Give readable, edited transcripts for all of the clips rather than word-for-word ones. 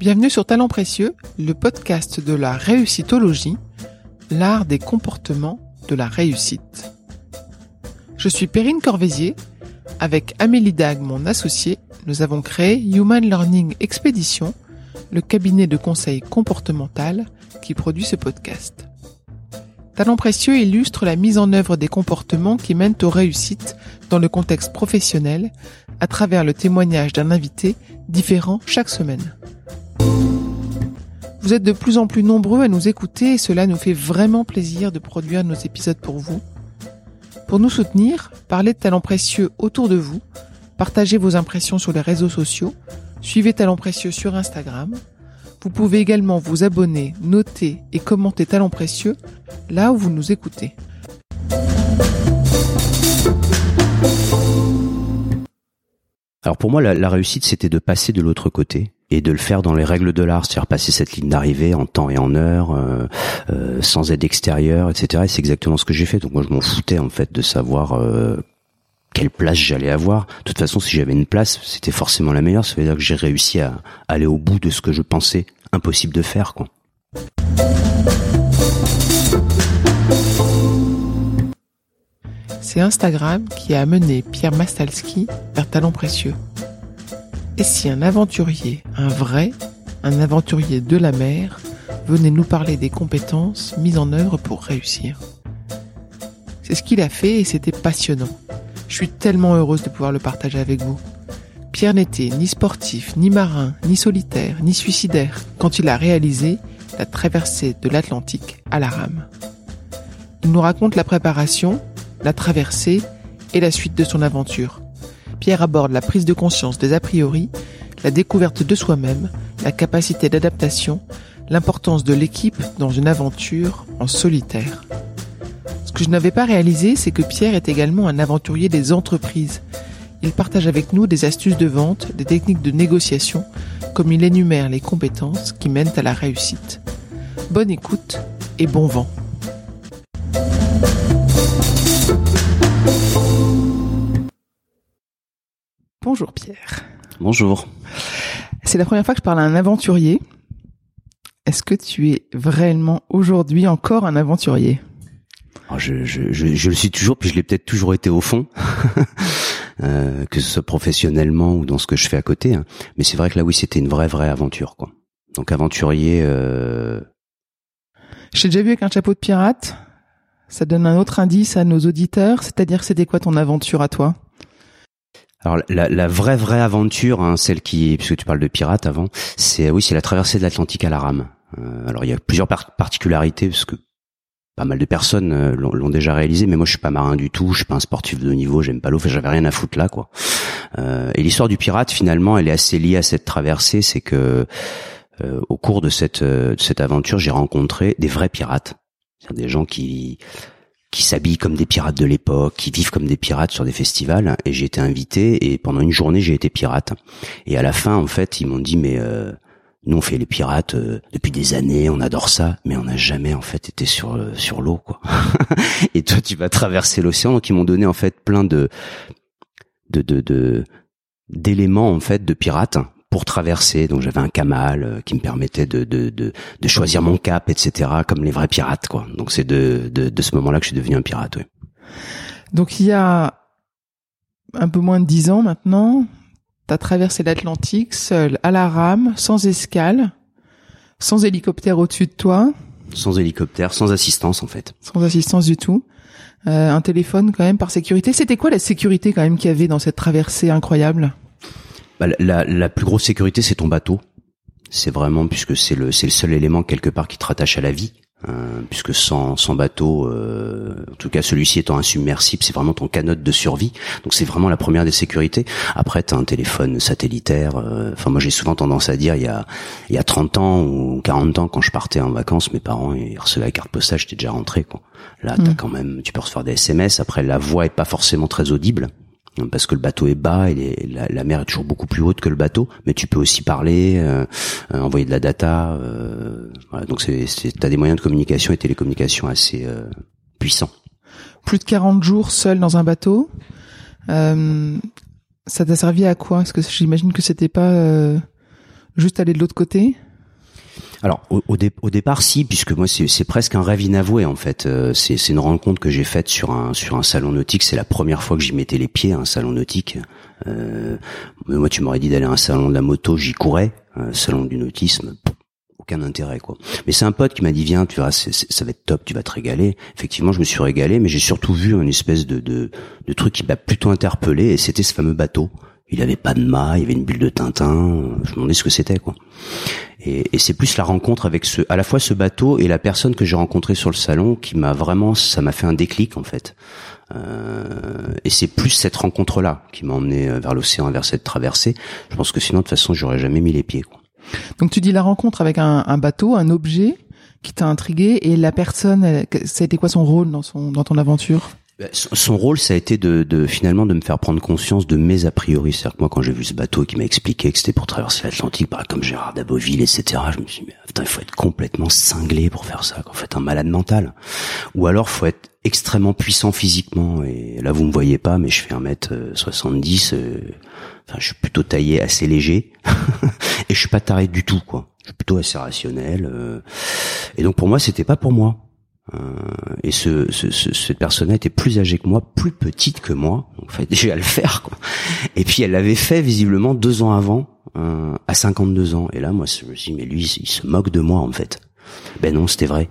Bienvenue sur Talents Précieux, le podcast de la réussitologie, l'art des comportements de la réussite. Je suis Perrine Corvézier. Avec Amélie Dag, mon associée, nous avons créé Human Learning Expedition, le cabinet de conseil comportemental qui produit ce podcast. Talents Précieux illustre la mise en œuvre des comportements qui mènent aux réussites dans le contexte professionnel à travers le témoignage d'un invité différent chaque semaine. Vous êtes de plus en plus nombreux à nous écouter et cela nous fait vraiment plaisir de produire nos épisodes pour vous. Pour nous soutenir, parlez de Talents Précieux autour de vous, partagez vos impressions sur les réseaux sociaux, suivez Talents Précieux sur Instagram. Vous pouvez également vous abonner, noter et commenter Talents Précieux là où vous nous écoutez. Alors pour moi, la réussite, c'était de passer de l'autre côté et de le faire dans les règles de l'art, c'est-à-dire passer cette ligne d'arrivée en temps et en heure, sans aide extérieure, etc. Et c'est exactement ce que j'ai fait. Donc moi, je m'en foutais en fait de savoir quelle place j'allais avoir. De toute façon, si j'avais une place, c'était forcément la meilleure. Ça veut dire que j'ai réussi à aller au bout de ce que je pensais impossible de faire, quoi. C'est Instagram qui a amené Pierre Mastalski vers Talents Précieux. Et si un aventurier, un aventurier de la mer, venait nous parler des compétences mises en œuvre pour réussir? C'est ce qu'il a fait et c'était passionnant. Je suis tellement heureuse de pouvoir le partager avec vous. Pierre n'était ni sportif, ni marin, ni solitaire, ni suicidaire quand il a réalisé la traversée de l'Atlantique à la rame. Il nous raconte la préparation, la traversée et la suite de son aventure. Pierre aborde la prise de conscience des a priori, la découverte de soi-même, la capacité d'adaptation, l'importance de l'équipe dans une aventure en solitaire. Ce que je n'avais pas réalisé, c'est que Pierre est également un aventurier des entreprises. Il partage avec nous des astuces de vente, des techniques de négociation, comme il énumère les compétences qui mènent à la réussite. Bonne écoute et bon vent. Bonjour Pierre. Bonjour. C'est la première fois que je parle à un aventurier. Est-ce que tu es réellement aujourd'hui encore un aventurier? Alors je le suis toujours, puis je l'ai peut-être toujours été au fond, que ce soit professionnellement ou dans ce que je fais à côté. Hein. Mais c'est vrai que là, oui, c'était une vraie aventure, quoi. Donc aventurier. Je t'ai déjà vu avec un chapeau de pirate. Ça donne un autre indice à nos auditeurs. C'est-à-dire, c'était quoi ton aventure à toi? Alors la vraie aventure, hein, celle qui, puisque tu parles de pirate avant, c'est la traversée de l'Atlantique à la rame. Alors il y a plusieurs particularités parce que pas mal de personnes l'ont déjà réalisé, mais moi je suis pas marin du tout, je suis pas un sportif de haut niveau, j'aime pas l'eau, j'avais rien à foutre là, quoi. Et l'histoire du pirate, finalement, elle est assez liée à cette traversée, c'est que au cours de cette aventure, j'ai rencontré des vrais pirates, c'est-à-dire des gens qui s'habillent comme des pirates de l'époque, qui vivent comme des pirates sur des festivals, et j'ai été invité, et pendant une journée, j'ai été pirate. Et à la fin, en fait, ils m'ont dit, mais nous, on fait les pirates depuis des années, on adore ça, mais on n'a jamais, en fait, été sur l'eau, quoi. Et toi, tu vas traverser l'océan, donc ils m'ont donné, en fait, plein d'éléments, en fait, de pirates pour traverser. Donc j'avais un camal qui me permettait de choisir mon cap, etc., comme les vrais pirates, quoi. Donc c'est de ce moment-là que je suis devenu un pirate, oui. Donc il y a un peu moins de 10 ans maintenant, t'as traversé l'Atlantique seul, à la rame, sans escale, sans hélicoptère au-dessus de toi. Sans hélicoptère, sans assistance, en fait. Sans assistance du tout. Un téléphone quand même par sécurité. C'était quoi la sécurité quand même qu'il y avait dans cette traversée incroyable? Bah, la plus grosse sécurité, c'est ton bateau. C'est vraiment, puisque c'est le seul élément quelque part qui te rattache à la vie. Puisque sans bateau, en tout cas celui-ci étant insubmersible, c'est vraiment ton canot de survie. Donc c'est vraiment la première des sécurités. Après, t'as un téléphone satellitaire. Enfin, moi j'ai souvent tendance à dire, il y a 30 ans ou 40 ans, quand je partais en vacances, mes parents ils recevaient la carte postale, j'étais déjà rentré, quoi. Là, t'as quand même, tu peux recevoir des SMS. Après, la voix est pas forcément très audible, parce que le bateau est bas et la mer est toujours beaucoup plus haute que le bateau, mais tu peux aussi parler, envoyer de la data, voilà. Donc t'as des moyens de communication et télécommunication assez puissants. Plus de 40 jours seul dans un bateau, ça t'a servi à quoi? Parce que j'imagine que c'était pas juste aller de l'autre côté? Alors au départ si, puisque moi c'est presque un rêve inavoué en fait. C'est une rencontre que j'ai faite sur un salon nautique. C'est la première fois que j'y mettais les pieds, un salon nautique. Moi tu m'aurais dit d'aller à un salon de la moto, j'y courais. Salon du nautisme, aucun intérêt quoi. Mais c'est un pote qui m'a dit viens, tu verras, ça va être top, tu vas te régaler. Effectivement je me suis régalé, mais j'ai surtout vu une espèce de truc qui m'a plutôt interpellé, et c'était ce fameux bateau. Il avait pas de mât, il y avait une bulle de Tintin, je me demandais ce que c'était quoi. Et c'est plus la rencontre avec à la fois ce bateau et la personne que j'ai rencontrée sur le salon qui ça m'a fait un déclic en fait. Et c'est plus cette rencontre-là qui m'a emmené vers l'océan, vers cette traversée. Je pense que sinon de toute façon j'aurais jamais mis les pieds quoi. Donc tu dis la rencontre avec un bateau, un objet qui t'a intrigué, et la personne, ça a été quoi son rôle dans ton aventure? Son rôle, ça a été finalement de me faire prendre conscience de mes a priori. C'est-à-dire que moi, quand j'ai vu ce bateau qui m'a expliqué que c'était pour traverser l'Atlantique, comme Gérard Daboville, etc., je me suis dit, mais putain, il faut être complètement cinglé pour faire ça, quoi. Faut être un malade mental. Ou alors, faut être extrêmement puissant physiquement. Et là, vous me voyez pas, mais je fais 1m70, je suis plutôt taillé assez léger. Et je suis pas taré du tout, quoi. Je suis plutôt assez rationnel. Et donc, pour moi, c'était pas pour moi. Et cette personne était plus âgée que moi, plus petite que moi. En fait, j'ai à le faire, quoi. Et puis elle l'avait fait visiblement 2 ans avant, à 52 ans. Et là, moi, je me suis dit, mais lui, il se moque de moi, en fait. Ben non, c'était vrai.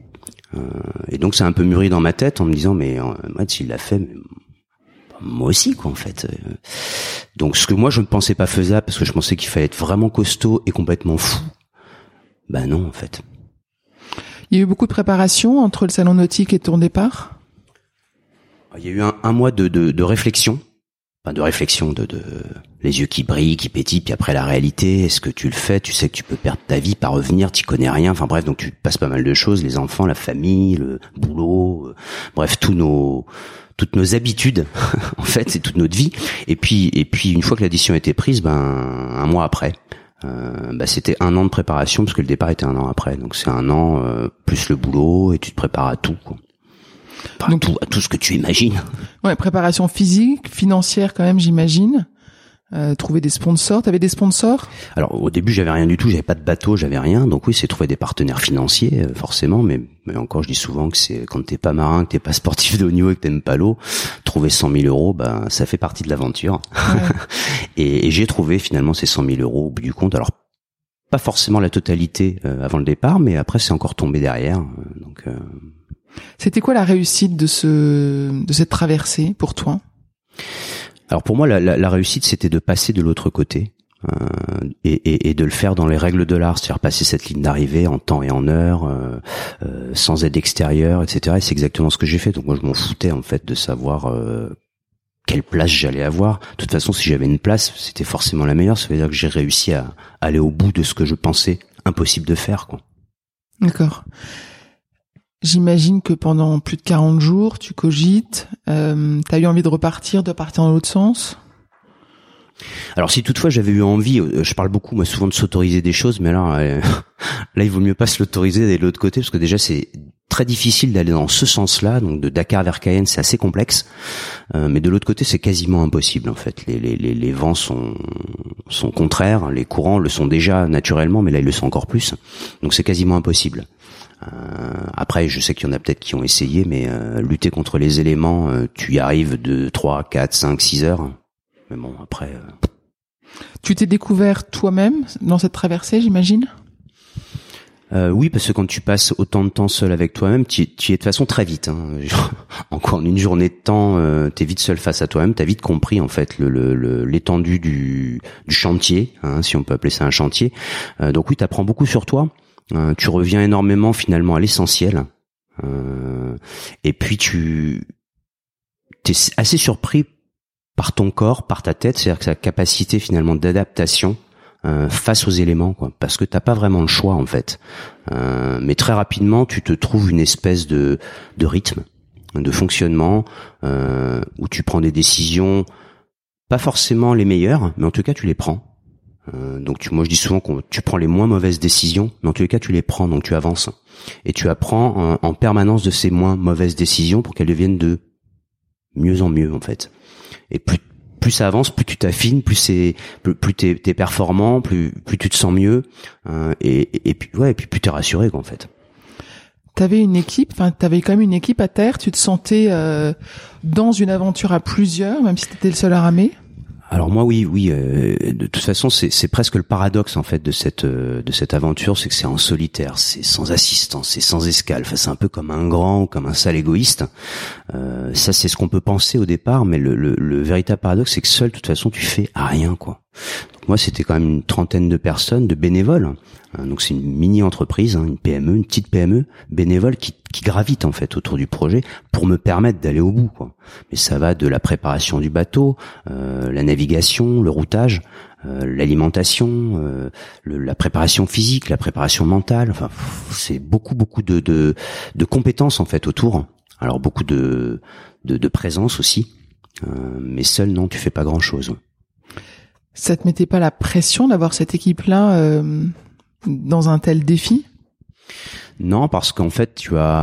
Et donc, ça a un peu mûri dans ma tête en me disant, mais moi, s'il l'a fait, mais moi aussi, quoi, en fait. Donc, ce que moi, je ne pensais pas faisable, parce que je pensais qu'il fallait être vraiment costaud et complètement fou. Ben non, en fait. Il y a eu beaucoup de préparation entre le salon nautique et ton départ? Il y a eu un mois de réflexion. Enfin, de réflexion, les yeux qui brillent, qui pétillent, puis après la réalité, est-ce que tu le fais? Tu sais que tu peux perdre ta vie, pas revenir, t'y connais rien. Enfin bref, donc tu passes pas mal de choses, les enfants, la famille, le boulot, bref, toutes nos habitudes, en fait, c'est toute notre vie. Et puis une fois que la décision a été prise, un mois après, c'était 1 an de préparation, parce que le départ était 1 an après. Donc c'est 1 an plus le boulot, et tu te prépares à tout, quoi. Donc, à tout ce que tu imagines. Ouais, préparation physique, financière quand même, j'imagine. Trouver des sponsors. T'avais des sponsors? Alors au début j'avais rien du tout, j'avais pas de bateau, j'avais rien. Donc oui, c'est trouver des partenaires financiers forcément, mais encore je dis souvent que c'est quand t'es pas marin, que t'es pas sportif de haut niveau et que t'aimes pas l'eau, trouver 100 000 euros, ça fait partie de l'aventure. Ouais. et j'ai trouvé finalement ces 100 000 euros au bout du compte. Alors pas forcément la totalité avant le départ, mais après c'est encore tombé derrière. Donc c'était quoi la réussite de cette traversée pour toi? Alors pour moi, la réussite, c'était de passer de l'autre côté et de le faire dans les règles de l'art, c'est-à-dire passer cette ligne d'arrivée en temps et en heure, sans aide extérieure, etc. Et c'est exactement ce que j'ai fait. Donc moi, je m'en foutais en fait de savoir quelle place j'allais avoir. De toute façon, si j'avais une place, c'était forcément la meilleure. Ça veut dire que j'ai réussi à aller au bout de ce que je pensais impossible de faire, quoi. D'accord. J'imagine que pendant plus de 40 jours, tu cogites. T'as eu envie de partir dans l'autre sens? Alors si toutefois j'avais eu envie, je parle beaucoup moi souvent de s'autoriser des choses, mais alors là il vaut mieux pas se l'autoriser d'aller de l'autre côté, parce que déjà c'est très difficile d'aller dans ce sens-là. Donc de Dakar vers Cayenne c'est assez complexe, mais de l'autre côté c'est quasiment impossible en fait. Les vents sont contraires, les courants le sont déjà naturellement, mais là ils le sont encore plus. Donc c'est quasiment impossible. Après, je sais qu'il y en a peut-être qui ont essayé, mais lutter contre les éléments, tu y arrives de 3, 4, 5, 6 heures. Mais bon, après... Tu t'es découvert toi-même dans cette traversée, j'imagine? Oui, parce que quand tu passes autant de temps seul avec toi-même, tu y es de façon très vite. Hein. Encore en une journée de temps, t'es vite seul face à toi-même. T'as vite compris en fait l'étendue du chantier, hein, si on peut appeler ça un chantier. Donc oui, t'apprends beaucoup sur toi. Tu reviens énormément finalement à l'essentiel, et puis t'es assez surpris par ton corps, par ta tête, c'est-à-dire que sa capacité finalement d'adaptation face aux éléments, quoi, parce que t'as pas vraiment le choix en fait. Mais très rapidement, tu te trouves une espèce de rythme, de fonctionnement, où tu prends des décisions, pas forcément les meilleures, mais en tout cas tu les prends. Donc moi je dis souvent que tu prends les moins mauvaises décisions, mais en tous les cas tu les prends, donc tu avances et tu apprends en permanence de ces moins mauvaises décisions pour qu'elles deviennent de mieux en mieux en fait. Et plus plus ça avance, plus tu t'affines, plus t'es performant, plus tu te sens mieux, et puis plus t'es rassuré, quoi, en fait. T'avais quand même une équipe à terre. Tu te sentais dans une aventure à plusieurs, même si t'étais le seul à ramer. Alors moi oui, de toute façon c'est presque le paradoxe en fait de cette aventure, c'est que c'est en solitaire, c'est sans assistance, c'est sans escale. Enfin, c'est un peu comme un grand ou comme un sale égoïste. Ça c'est ce qu'on peut penser au départ, mais le véritable paradoxe c'est que seul de toute façon tu fais rien, quoi. Donc moi c'était quand même une trentaine de personnes, de bénévoles. Donc c'est une mini entreprise, une PME, une petite PME bénévole qui gravite en fait autour du projet pour me permettre d'aller au bout, quoi. Mais ça va de la préparation du bateau, la navigation, le routage, l'alimentation, la préparation physique, la préparation mentale. Enfin, c'est beaucoup de compétences en fait autour. Alors beaucoup de présence aussi, mais seul non, tu fais pas grand chose. Ça te mettait pas la pression d'avoir cette équipe-là dans un tel défi? Non, parce qu'en fait,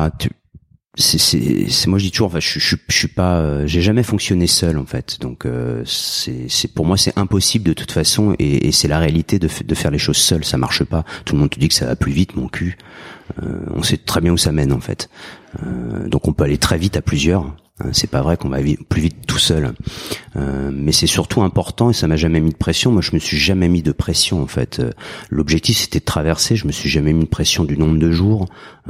c'est moi je dis toujours, enfin, je suis pas, j'ai jamais fonctionné seul en fait. Donc c'est pour moi c'est impossible de toute façon, et c'est la réalité de faire les choses seul. Ça marche pas. Tout le monde te dit que ça va plus vite, mon cul. On sait très bien où ça mène en fait. Donc on peut aller très vite à plusieurs. C'est pas vrai qu'on va plus vite tout seul, mais c'est surtout important, et ça m'a jamais mis de pression. Moi, je me suis jamais mis de pression en fait. L'objectif c'était de traverser. Je me suis jamais mis de pression du nombre de jours,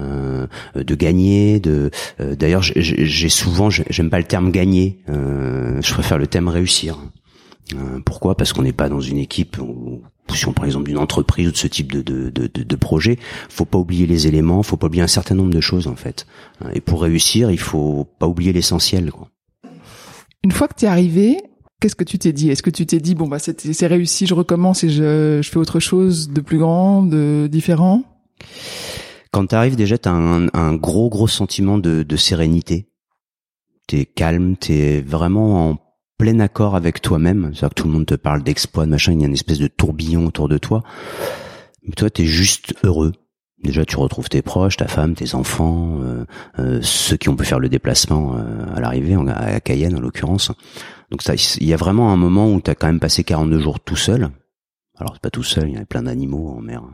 de gagner. D'ailleurs, j'aime pas le terme gagner. Je préfère le terme réussir. Pourquoi ? Parce qu'on n'est pas dans une équipe. Si on prend l'exemple d'une entreprise ou de ce type de projet, faut pas oublier les éléments, faut pas oublier un certain nombre de choses en fait. Et pour réussir, il faut pas oublier l'essentiel, quoi. Une fois que t'es arrivé, qu'est-ce que tu t'es dit ? Est-ce que tu t'es dit bon bah c'est réussi, je recommence et je fais autre chose de plus grand, de différent ? Quand t'arrives déjà, t'as un gros sentiment de sérénité. T'es calme, t'es vraiment en plein accord avec toi-même. C'est-à-dire que tout le monde te parle d'exploit, de machin, il y a une espèce de tourbillon autour de toi. Mais toi, t'es juste heureux. Déjà, tu retrouves tes proches, ta femme, tes enfants, ceux qui ont pu faire le déplacement à l'arrivée, à Cayenne en l'occurrence. Donc il y a vraiment un moment où t'as quand même passé 42 jours tout seul. Alors c'est pas tout seul, il y a plein d'animaux en mer.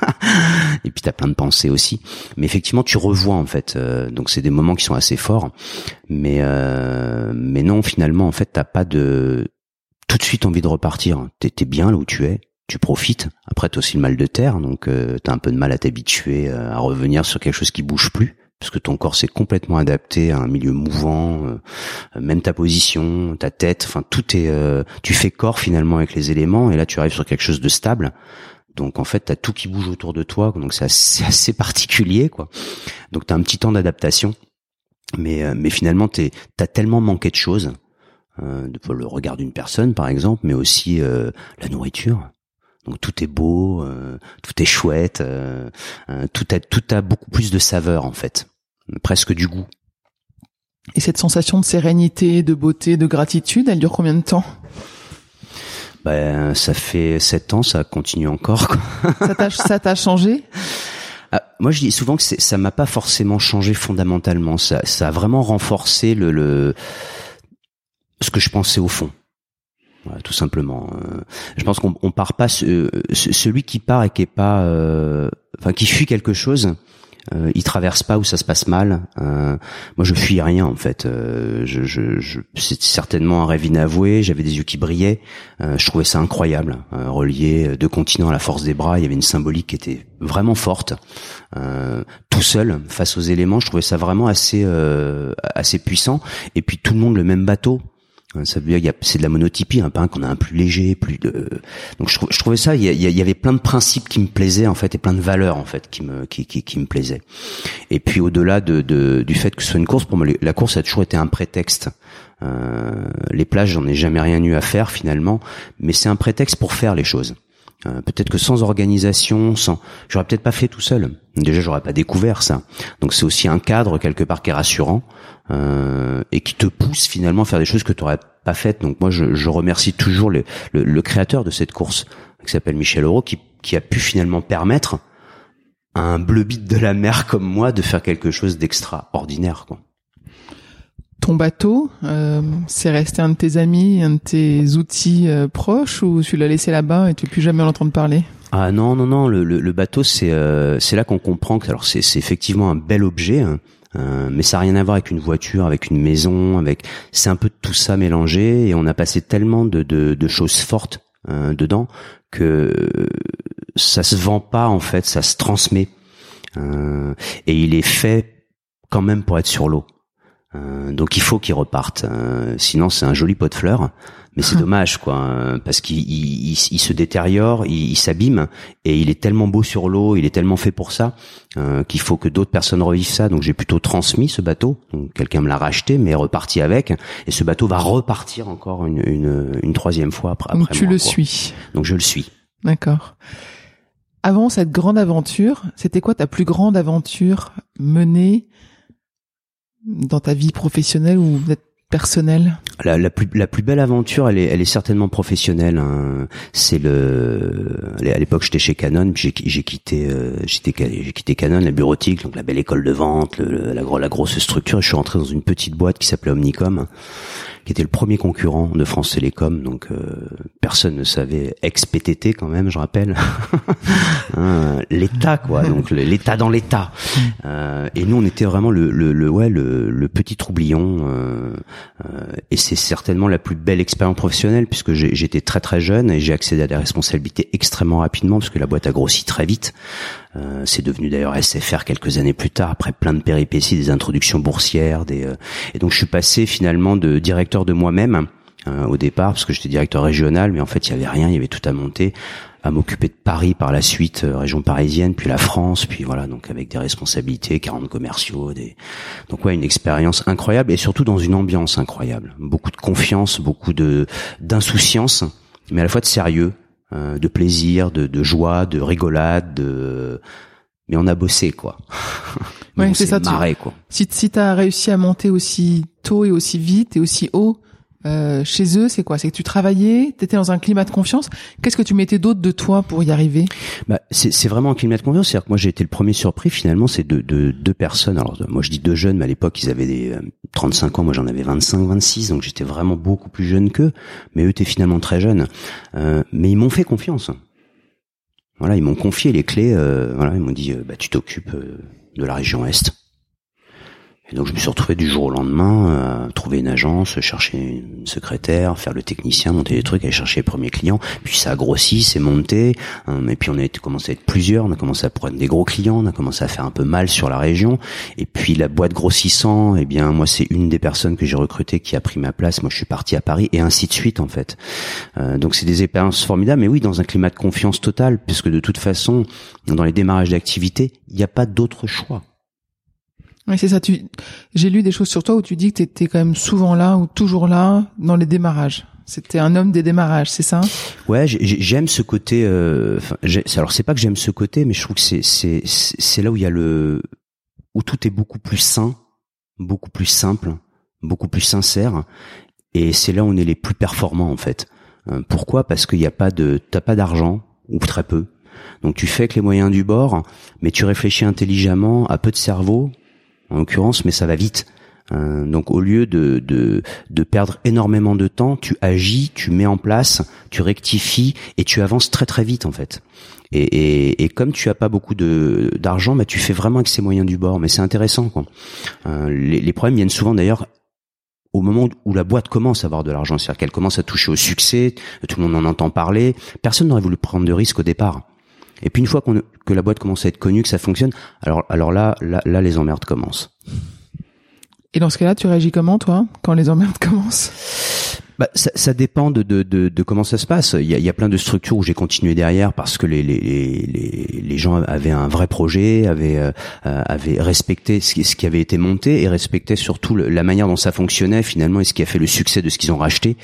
Et puis t'as plein de pensées aussi. Mais effectivement, tu revois en fait. Donc c'est des moments qui sont assez forts. Mais non, finalement, en fait, t'as pas tout de suite envie de repartir. T'es bien là où tu es. Tu profites. Après, t'as aussi le mal de terre, donc t'as un peu de mal à t'habituer à revenir sur quelque chose qui bouge plus, parce que ton corps s'est complètement adapté à un milieu mouvant, même ta position, ta tête, enfin tout est, tu fais corps finalement avec les éléments, et là tu arrives sur quelque chose de stable. Donc en fait t'as tout qui bouge autour de toi, donc c'est assez particulier, quoi. Donc t'as un petit temps d'adaptation, mais finalement t'as tellement manqué de choses, le regard d'une personne par exemple, mais aussi la nourriture. Donc tout est beau, tout est chouette, tout a beaucoup plus de saveur en fait, presque du goût. Et cette sensation de sérénité, de beauté, de gratitude, elle dure combien de temps ? Ben ça fait 7 ans, ça continue encore, quoi. Ça t'a changé ? Moi je dis souvent que ça m'a pas forcément changé fondamentalement, ça a vraiment renforcé ce que je pensais au fond. Voilà, tout simplement. Je pense qu'on part pas. Celui qui part et qui est pas, qui fuit quelque chose, il traverse pas où ça se passe mal. Moi, je fuis rien en fait. C'est certainement un rêve inavoué. J'avais des yeux qui brillaient. Je trouvais ça incroyable. Relier 2 continents à la force des bras, il y avait une symbolique qui était vraiment forte. Tout seul face aux éléments, je trouvais ça vraiment assez puissant. Et puis tout le monde le même bateau. Ça veut dire c'est de la monotypie, un pain qu'on a un plus léger, donc je trouvais ça, il y avait plein de principes qui me plaisaient en fait, et plein de valeurs en fait qui me plaisaient. Et puis au-delà du fait que ce soit une course, pour moi la course a toujours été un prétexte. Les plages, j'en ai jamais rien eu à faire finalement, mais c'est un prétexte pour faire les choses. Peut-être que sans organisation, j'aurais peut-être pas fait tout seul. Déjà, j'aurais pas découvert ça. Donc c'est aussi un cadre quelque part qui est rassurant, et qui te pousse finalement à faire des choses que tu n'aurais pas faites. Donc moi, je remercie toujours le créateur de cette course, qui s'appelle Michel Aurault, qui a pu finalement permettre à un bleu-bite de la mer comme moi de faire quelque chose d'extraordinaire, quoi. ton bateau, c'est resté un de tes amis, un de tes outils proches, ou tu l'as laissé là-bas et tu ne peux plus jamais en entendre parler? Ah non, le bateau, c'est là qu'on comprend que alors c'est effectivement un bel objet, hein, mais ça n'a rien à voir avec une voiture, avec une maison, c'est un peu de tout ça mélangé, et on a passé tellement de choses fortes dedans que ça se vend pas en fait, ça se transmet, et il est fait quand même pour être sur l'eau. Donc il faut qu'il reparte, sinon c'est un joli pot de fleurs, mais c'est dommage quoi, parce qu'il se détériore, il s'abîme, et il est tellement beau sur l'eau, il est tellement fait pour ça, qu'il faut que d'autres personnes revivent ça. Donc j'ai plutôt transmis ce bateau, donc quelqu'un me l'a racheté mais est reparti avec, et ce bateau va repartir encore une troisième fois après donc tu moi, le quoi. suis. Donc je le suis. D'accord. Avant cette grande aventure, c'était quoi ta plus grande aventure menée dans ta vie professionnelle ou peut-être personnelle? La plus belle aventure, elle est certainement professionnelle, hein. C'est à l'époque j'étais chez Canon, puis j'ai quitté Canon, la bureautique, donc la belle école de vente, la grosse structure, et je suis rentré dans une petite boîte qui s'appelait Omnicom, qui était le premier concurrent de France Télécom, donc personne ne savait, ex-PTT quand même, je rappelle, hein, l'État quoi, donc l'État dans l'État, et nous on était vraiment le petit troublion, et c'est certainement la plus belle expérience professionnelle, puisque j'étais très très jeune et j'ai accédé à des responsabilités extrêmement rapidement, parce que la boîte a grossi très vite. C'est devenu d'ailleurs SFR quelques années plus tard, après plein de péripéties, des introductions boursières, et donc je suis passé finalement de directeur de moi-même au départ, parce que j'étais directeur régional, mais en fait il y avait rien, il y avait tout à monter, à m'occuper de Paris par la suite, région parisienne, puis la France, puis voilà, donc avec des responsabilités, 40 commerciaux, donc ouais, une expérience incroyable, et surtout dans une ambiance incroyable, beaucoup de confiance, beaucoup d'insouciance, mais à la fois de sérieux, de plaisir, de joie, de rigolade, mais on a bossé quoi. Ouais, c'est ça. Marré, quoi. Si t'as réussi à monter aussi tôt et aussi vite et aussi haut chez eux, c'est quoi? C'est que tu travaillais, t'étais dans un climat de confiance. Qu'est-ce que tu mettais d'autre de toi pour y arriver? Bah, c'est vraiment un climat de confiance. C'est-à-dire que moi, j'ai été le premier surpris. Finalement, c'est deux personnes. Alors, moi, je dis deux jeunes, mais à l'époque, ils avaient des 35 ans. Moi, j'en avais 25, 26. Donc, j'étais vraiment beaucoup plus jeune qu'eux. Mais eux étaient finalement très jeunes. Mais ils m'ont fait confiance. Voilà, ils m'ont confié les clés. Voilà, ils m'ont dit, bah, tu t'occupes de la région Est. Et donc je me suis retrouvé du jour au lendemain à trouver une agence, chercher une secrétaire, faire le technicien, monter des trucs, aller chercher les premiers clients. Puis ça a grossi, c'est monté. Et puis on a commencé à être plusieurs, on a commencé à prendre des gros clients, on a commencé à faire un peu mal sur la région. Et puis la boîte grossissant, eh bien moi c'est une des personnes que j'ai recrutées qui a pris ma place. Moi je suis parti à Paris, et ainsi de suite en fait. Donc c'est des expériences formidables, mais oui, dans un climat de confiance totale, puisque de toute façon, dans les démarrages d'activité, il n'y a pas d'autre choix. Oui, c'est ça. J'ai lu des choses sur toi où tu dis que tu étais quand même souvent là ou toujours là dans les démarrages. C'était un homme des démarrages, c'est ça? Ouais, j'aime ce côté. Alors c'est pas que j'aime ce côté, mais je trouve que c'est là où il y a où tout est beaucoup plus sain, beaucoup plus simple, beaucoup plus sincère, et c'est là où on est les plus performants en fait. Pourquoi? Parce qu'il y a t'as pas d'argent, ou très peu. Donc tu fais avec les moyens du bord, mais tu réfléchis intelligemment, à peu de cerveau, en l'occurrence, mais ça va vite. Donc au lieu de perdre énormément de temps, tu agis, tu mets en place, tu rectifies, et tu avances très très vite en fait. Et comme tu as pas beaucoup d'argent, bah tu fais vraiment avec ces moyens du bord. Mais c'est intéressant quoi. Les problèmes viennent souvent d'ailleurs au moment où la boîte commence à avoir de l'argent, c'est-à-dire qu'elle commence à toucher au succès, tout le monde en entend parler. Personne n'aurait voulu prendre de risque au départ. Et puis une fois que la boîte commence à être connue, que ça fonctionne, alors là les emmerdes commencent. Et dans ce cas-là, tu réagis comment toi quand les emmerdes commencent? Bah ça dépend de comment ça se passe. Il y a plein de structures où j'ai continué derrière parce que les gens avaient un vrai projet, avaient respecté ce qui avait été monté, et respectaient surtout la manière dont ça fonctionnait finalement, et ce qui a fait le succès de ce qu'ils ont racheté.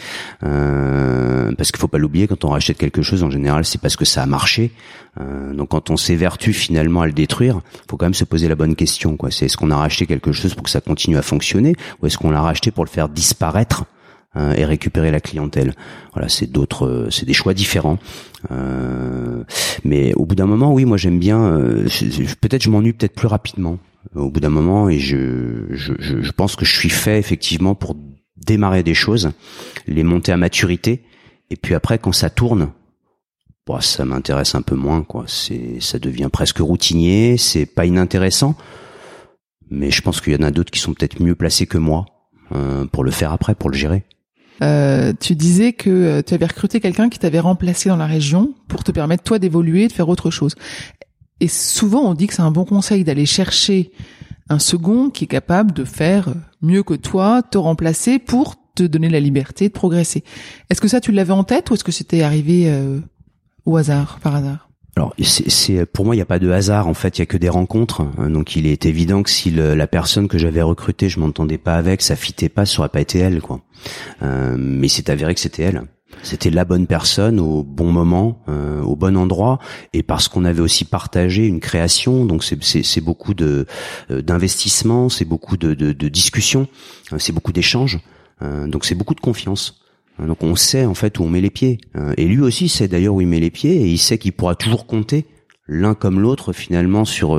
Parce qu'il faut pas l'oublier, quand on rachète quelque chose, en général, c'est parce que ça a marché. Donc quand on s'évertue finalement à le détruire, faut quand même se poser la bonne question quoi. C'est est-ce qu'on a racheté quelque chose pour que ça continue à fonctionner, ou est-ce qu'on l'a racheté pour le faire disparaître et récupérer la clientèle? Voilà, c'est des choix différents. Mais au bout d'un moment, oui, moi j'aime bien. Peut-être je m'ennuie peut-être plus rapidement. au bout d'un moment, et je pense que je suis fait effectivement pour démarrer des choses, les monter à maturité, et puis après quand ça tourne, bon, ça m'intéresse un peu moins, quoi. Ça devient presque routinier, c'est pas inintéressant, mais je pense qu'il y en a d'autres qui sont peut-être mieux placés que moi pour le faire après, pour le gérer. Tu disais que tu avais recruté quelqu'un qui t'avait remplacé dans la région pour te permettre toi d'évoluer, de faire autre chose. Et souvent on dit que c'est un bon conseil d'aller chercher un second qui est capable de faire mieux que toi, te remplacer pour te donner la liberté de progresser. Est-ce que ça tu l'avais en tête ou est-ce que c'était arrivé au hasard, par hasard? Alors, c'est pour moi, il n'y a pas de hasard. En fait, il y a que des rencontres. Donc, il est évident que si la personne que j'avais recrutée, je m'entendais pas avec, ça fitait pas, ça aurait pas été elle, quoi. Mais c'est avéré que c'était elle. C'était la bonne personne au bon moment, au bon endroit, et parce qu'on avait aussi partagé une création. Donc, c'est beaucoup d'investissement, c'est beaucoup de discussions, c'est beaucoup d'échanges. Donc, c'est beaucoup de confiance. Donc on sait en fait où on met les pieds, et lui aussi sait d'ailleurs où il met les pieds, et il sait qu'il pourra toujours compter l'un comme l'autre finalement sur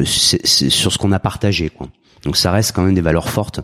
ce qu'on a partagé, quoi. Donc ça reste quand même des valeurs fortes.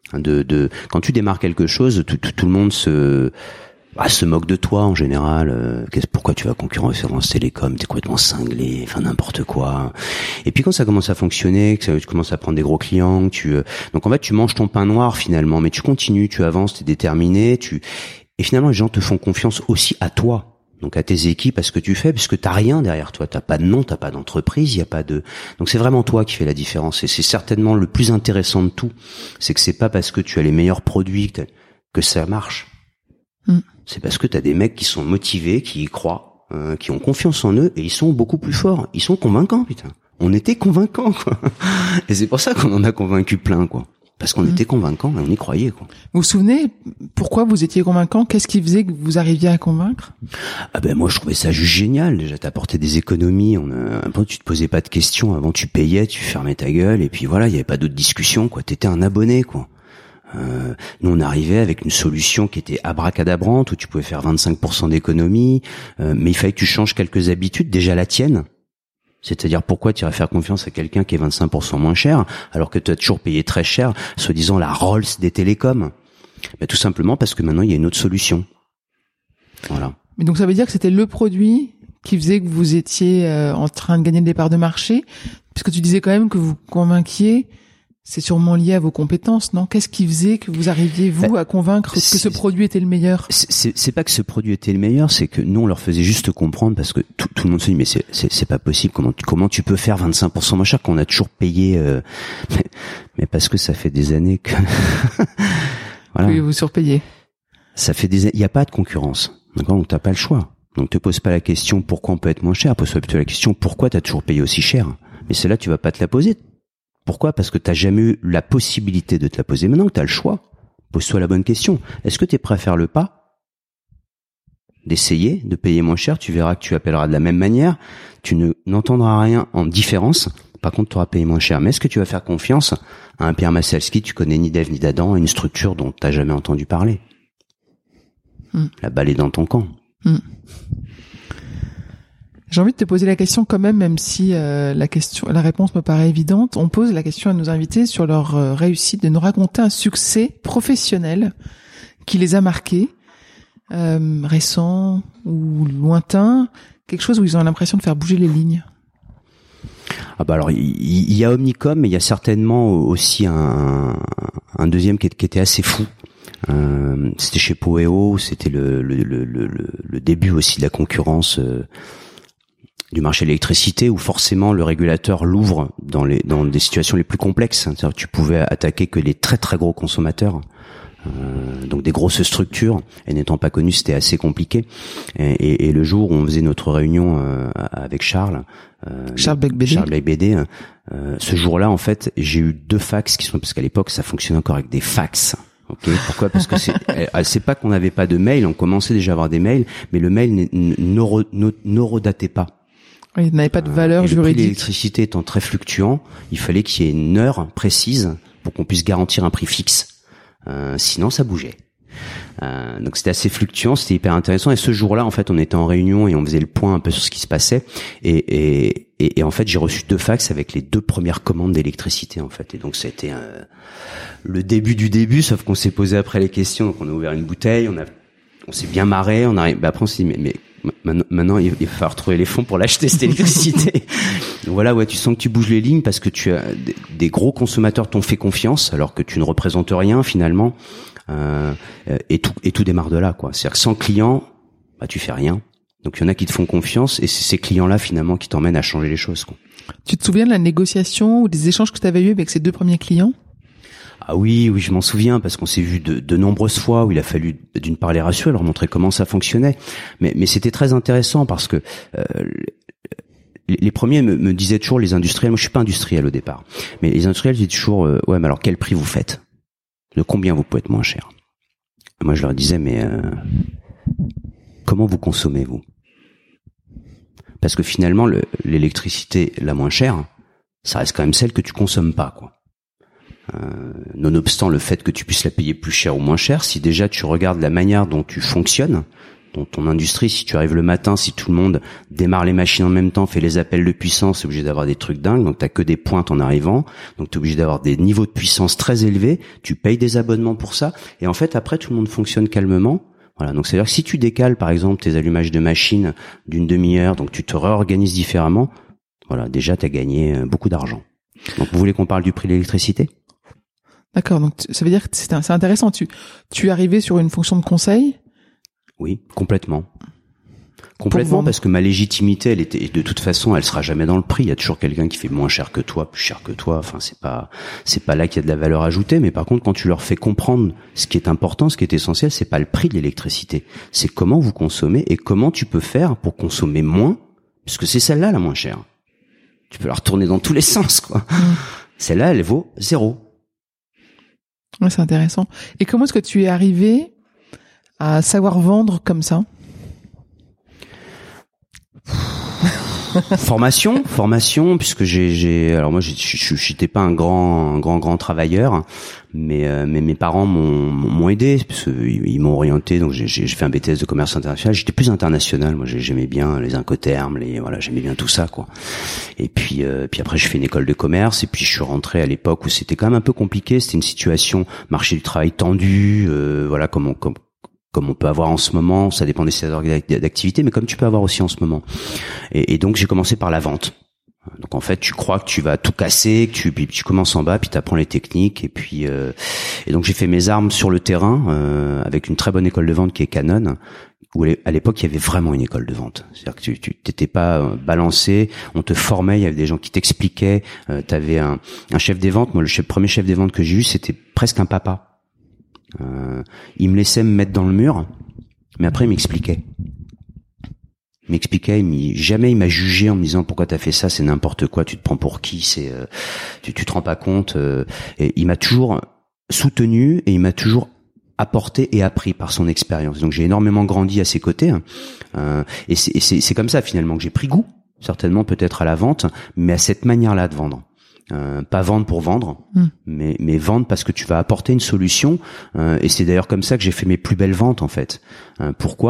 Quand tu démarres quelque chose, tout le monde se moque de toi en général. Pourquoi tu vas concurrencer France Télécom, t'es complètement cinglé, enfin n'importe quoi. Et puis quand ça commence à fonctionner, que tu commences à prendre des gros clients, donc en fait tu manges ton pain noir finalement, mais tu continues, tu avances, t'es déterminé, et finalement les gens te font confiance aussi à toi, donc à tes équipes, à ce que tu fais, puisque t'as rien derrière toi, t'as pas de nom, t'as pas d'entreprise, donc c'est vraiment toi qui fais la différence, et c'est certainement le plus intéressant de tout, c'est que c'est pas parce que tu as les meilleurs produits que ça marche. C'est parce que t'as des mecs qui sont motivés, qui y croient, qui ont confiance en eux, et ils sont beaucoup plus forts. Ils sont convaincants, putain. On était convaincants, quoi. Et c'est pour ça qu'on en a convaincu plein, quoi. Parce qu'on était convaincants et on y croyait, quoi. Vous vous souvenez pourquoi vous étiez convaincants? Qu'est-ce qui faisait que vous arriviez à convaincre? Moi je trouvais ça juste génial. Déjà t'apportais des économies. Avant tu te posais pas de questions. Avant tu payais, tu fermais ta gueule et puis voilà, il y avait pas d'autres discussions, quoi. T'étais un abonné, quoi. Nous on arrivait avec une solution qui était abracadabrante où tu pouvais faire 25% d'économie, mais il fallait que tu changes quelques habitudes, déjà la tienne. C'est-à-dire pourquoi tu irais faire confiance à quelqu'un qui est 25% moins cher alors que tu as toujours payé très cher, soi-disant la Rolls des télécoms. Tout simplement parce que maintenant il y a une autre solution. Voilà. Mais donc ça veut dire que c'était le produit qui faisait que vous étiez en train de gagner des parts de marché, puisque tu disais quand même que vous convainquiez. C'est sûrement lié à vos compétences, non? Qu'est-ce qui faisait que vous arriviez, vous, à convaincre que ce produit était le meilleur? C'est pas que ce produit était le meilleur, c'est que nous, on leur faisait juste comprendre, parce que tout le monde se dit, mais c'est pas possible, comment tu peux faire 25% moins cher qu'on a toujours payé, mais parce que ça fait des années que, voilà. Que vous surpayez. Ça fait il y a pas de concurrence. D'accord? Donc t'as pas le choix. Donc te pose pas la question pourquoi on peut être moins cher, pose-toi plutôt la question pourquoi t'as toujours payé aussi cher. Mais celle-là, tu vas pas te la poser. Pourquoi? Parce que t'as jamais eu la possibilité de te la poser. Maintenant que t'as le choix, pose-toi la bonne question. Est-ce que t'es prêt à faire le pas d'essayer de payer moins cher? Tu verras que tu appelleras de la même manière. Tu n'entendras rien en différence. Par contre, tu auras payé moins cher. Mais est-ce que tu vas faire confiance à un Pierre Massalski? Tu connais ni d'Ève ni d'Adam, une structure dont t'as jamais entendu parler. La balle est dans ton camp. J'ai envie de te poser la question quand même si la réponse me paraît évidente. On pose la question à nos invités sur leur réussite de nous raconter un succès professionnel qui les a marqués, récent ou lointain, quelque chose où ils ont l'impression de faire bouger les lignes. Alors il y a Omnicom, mais il y a certainement aussi un deuxième qui était assez fou. C'était chez Poweo, c'était le début aussi de la concurrence du marché de l'électricité, où forcément le régulateur l'ouvre dans des situations les plus complexes. C'est-à-dire que tu pouvais attaquer que les très très gros consommateurs, donc des grosses structures, et n'étant pas connu, c'était assez compliqué. Et le jour où on faisait notre réunion avec Charles Becbédé, ce jour-là, en fait, j'ai eu 2 fax parce qu'à l'époque, ça fonctionnait encore avec des fax. Okay. Pourquoi? Parce que c'est pas qu'on n'avait pas de mail, on commençait déjà à avoir des mails, mais le mail ne redatait pas. Oui, il n'avait pas de valeur juridique. Le prix de l'électricité étant très fluctuant, il fallait qu'il y ait une heure précise pour qu'on puisse garantir un prix fixe. Sinon, ça bougeait. Donc c'était assez fluctuant, c'était hyper intéressant. Et ce jour-là, en fait, on était en réunion et on faisait le point un peu sur ce qui se passait. Et Et en fait, j'ai reçu 2 fax avec les 2 premières commandes d'électricité, en fait. Et donc, ça a été le début du début, sauf qu'on s'est posé après les questions. Donc, on a ouvert une bouteille, on s'est bien marré. Après, on s'est dit, mais maintenant, il va falloir trouver les fonds pour l'acheter, cette électricité. Donc voilà, ouais, tu sens que tu bouges les lignes parce que tu as des gros consommateurs t'ont fait confiance, alors que tu ne représentes rien, finalement. Et tout démarre de là, quoi. C'est-à-dire que sans client, bah, tu fais rien. Donc il y en a qui te font confiance et c'est ces clients-là finalement qui t'emmènent à changer les choses, quoi. Tu te souviens de la négociation ou des échanges que tu avais eu avec ces 2 premiers clients? Ah oui, je m'en souviens parce qu'on s'est vu de nombreuses fois où il a fallu d'une part les rassurer, leur montrer comment ça fonctionnait. Mais c'était très intéressant parce que les premiers me disaient toujours, les industriels, moi je suis pas industriel au départ, mais les industriels disaient toujours ouais, mais alors quel prix vous faites? De combien vous pouvez être moins cher? Et moi je leur disais mais comment vous consommez, vous? Parce que finalement, l'électricité la moins chère, ça reste quand même celle que tu consommes pas, quoi. Nonobstant le fait que tu puisses la payer plus cher ou moins cher, si déjà tu regardes la manière dont tu fonctionnes, dont ton industrie, si tu arrives le matin, si tout le monde démarre les machines en même temps, fait les appels de puissance, c'est obligé d'avoir des trucs dingues, donc t'as que des pointes en arrivant, donc t'es obligé d'avoir des niveaux de puissance très élevés, tu payes des abonnements pour ça, et en fait après tout le monde fonctionne calmement. Voilà, donc c'est-à-dire que si tu décales par exemple tes allumages de machine d'une demi-heure, donc tu te réorganises différemment, voilà, déjà tu as gagné beaucoup d'argent. Donc vous voulez qu'on parle du prix de l'électricité ? D'accord, donc ça veut dire que c'est intéressant, tu es arrivé sur une fonction de conseil ? Oui, complètement. Complètement, parce que ma légitimité, elle était, de toute façon, elle sera jamais dans le prix. Il y a toujours quelqu'un qui fait moins cher que toi, plus cher que toi. Enfin, c'est pas là qu'il y a de la valeur ajoutée. Mais par contre, quand tu leur fais comprendre ce qui est important, ce qui est essentiel, c'est pas le prix de l'électricité. C'est comment vous consommez et comment tu peux faire pour consommer moins, puisque c'est celle-là la moins chère. Tu peux la retourner dans tous les sens, quoi. Celle-là, elle vaut 0. Ouais, c'est intéressant. Et comment est-ce que tu es arrivé à savoir vendre comme ça ? Formation, puisque alors moi j'étais pas un grand travailleur, mais mes parents m'ont aidé, parce qu'ils m'ont orienté, donc j'ai fait un BTS de commerce international. J'étais plus international, moi j'aimais bien les incoterms, j'aimais bien tout ça, quoi. Et puis après j'ai fait une école de commerce, et puis je suis rentré à l'époque où c'était quand même un peu compliqué, c'était une situation marché du travail tendu, comme on peut avoir en ce moment, ça dépend des secteurs d'activité, mais comme tu peux avoir aussi en ce moment. Et donc j'ai commencé par la vente. Donc en fait, tu crois que tu vas tout casser, puis tu commences en bas, puis tu apprends les techniques, et donc j'ai fait mes armes sur le terrain avec une très bonne école de vente qui est Canon, où à l'époque il y avait vraiment une école de vente. C'est-à-dire que tu t'étais pas balancé, on te formait, il y avait des gens qui t'expliquaient, t'avais un chef des ventes. Moi, le premier chef des ventes que j'ai eu, c'était presque un papa. Il me laissait me mettre dans le mur, mais après il m'expliquait. Jamais il m'a jugé en me disant pourquoi t'as fait ça, c'est n'importe quoi, tu te prends pour qui, tu te rends pas compte. Et il m'a toujours soutenu et il m'a toujours apporté et appris par son expérience. Donc j'ai énormément grandi à ses côtés. Et c'est comme ça finalement que j'ai pris goût, certainement peut-être à la vente, mais à cette manière-là de vendre. Pas vendre pour vendre, mais vendre parce que tu vas apporter une solution. Et c'est d'ailleurs comme ça que j'ai fait mes plus belles ventes en fait. Pourquoi ?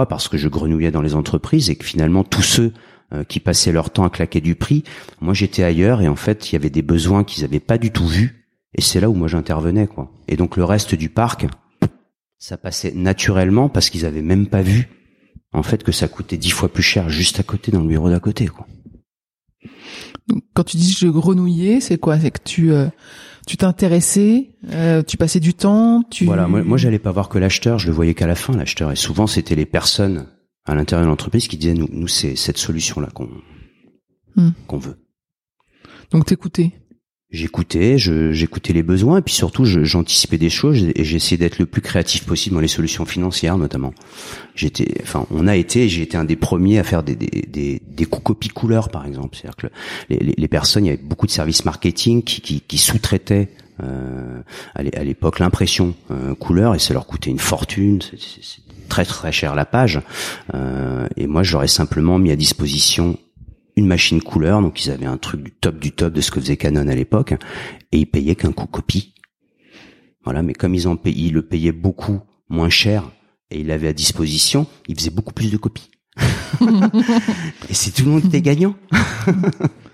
Parce que je grenouillais dans les entreprises et que finalement tous ceux qui passaient leur temps à claquer du prix, moi j'étais ailleurs et en fait il y avait des besoins qu'ils avaient pas du tout vus. Et c'est là où moi j'intervenais, quoi. Et donc le reste du parc, ça passait naturellement parce qu'ils avaient même pas vu en fait que ça coûtait 10 fois plus cher juste à côté, dans le bureau d'à côté, quoi. Donc, quand tu dis je grenouillais, c'est quoi ? C'est que tu t'intéressais, tu passais du temps, Voilà, moi j'allais pas voir que l'acheteur, je le voyais qu'à la fin, l'acheteur. Et souvent c'était les personnes à l'intérieur de l'entreprise qui disaient nous c'est cette solution-là qu'on veut. Donc t'écoutais. J'écoutais les besoins et puis surtout j'anticipais des choses et j'essayais d'être le plus créatif possible dans les solutions financières notamment. J'ai été un des premiers à faire des copies couleurs par exemple. C'est-à-dire que les personnes, il y avait beaucoup de services marketing qui sous-traitaient à l'époque l'impression couleur et ça leur coûtait une fortune. C'est très très cher la page. Et moi j'aurais simplement mis à disposition une machine couleur, donc ils avaient un truc du top de ce que faisait Canon à l'époque, et ils payaient qu'un coût copie. Voilà, mais comme ils le payaient beaucoup moins cher, et ils l'avaient à disposition, ils faisaient beaucoup plus de copies. Et c'est tout le monde qui était gagnant.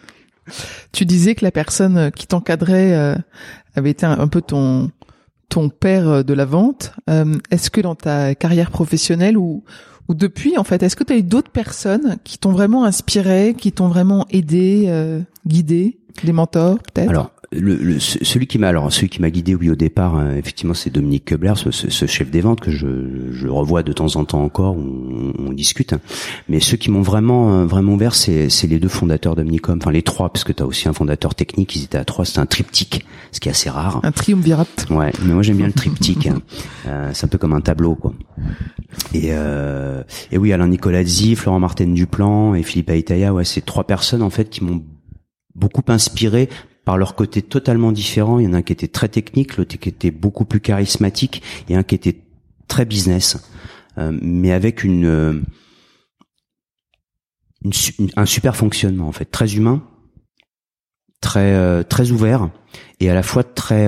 Tu disais que la personne qui t'encadrait avait été un peu ton père de la vente. Est-ce que dans ta carrière professionnelle ou depuis, en fait, est-ce que tu as eu d'autres personnes qui t'ont vraiment inspiré, qui t'ont vraiment aidé, guidé, des mentors peut-être? Alors, celui qui m'a guidé, oui, au départ, effectivement, c'est Dominique Keubler, ce chef des ventes que je revois de temps en temps encore, on discute. Mais ceux qui m'ont vraiment ouvert, c'est les deux fondateurs d'Omnicom, enfin les trois, parce que t'as aussi un fondateur technique, ils étaient à trois, c'était un triptyque, ce qui est assez rare. Un triumvirat. Ouais, mais moi j'aime bien le triptyque. C'est un peu comme un tableau, quoi. Et oui, Alain Nicolazzi, Florent Martin Duplan et Philippe Aïtaya, ouais, c'est trois personnes en fait qui m'ont beaucoup inspiré par leur côté totalement différent. Il y en a un qui était très technique, l'autre qui était beaucoup plus charismatique, et un qui était très business, mais avec un super fonctionnement en fait, très humain, très ouvert et à la fois très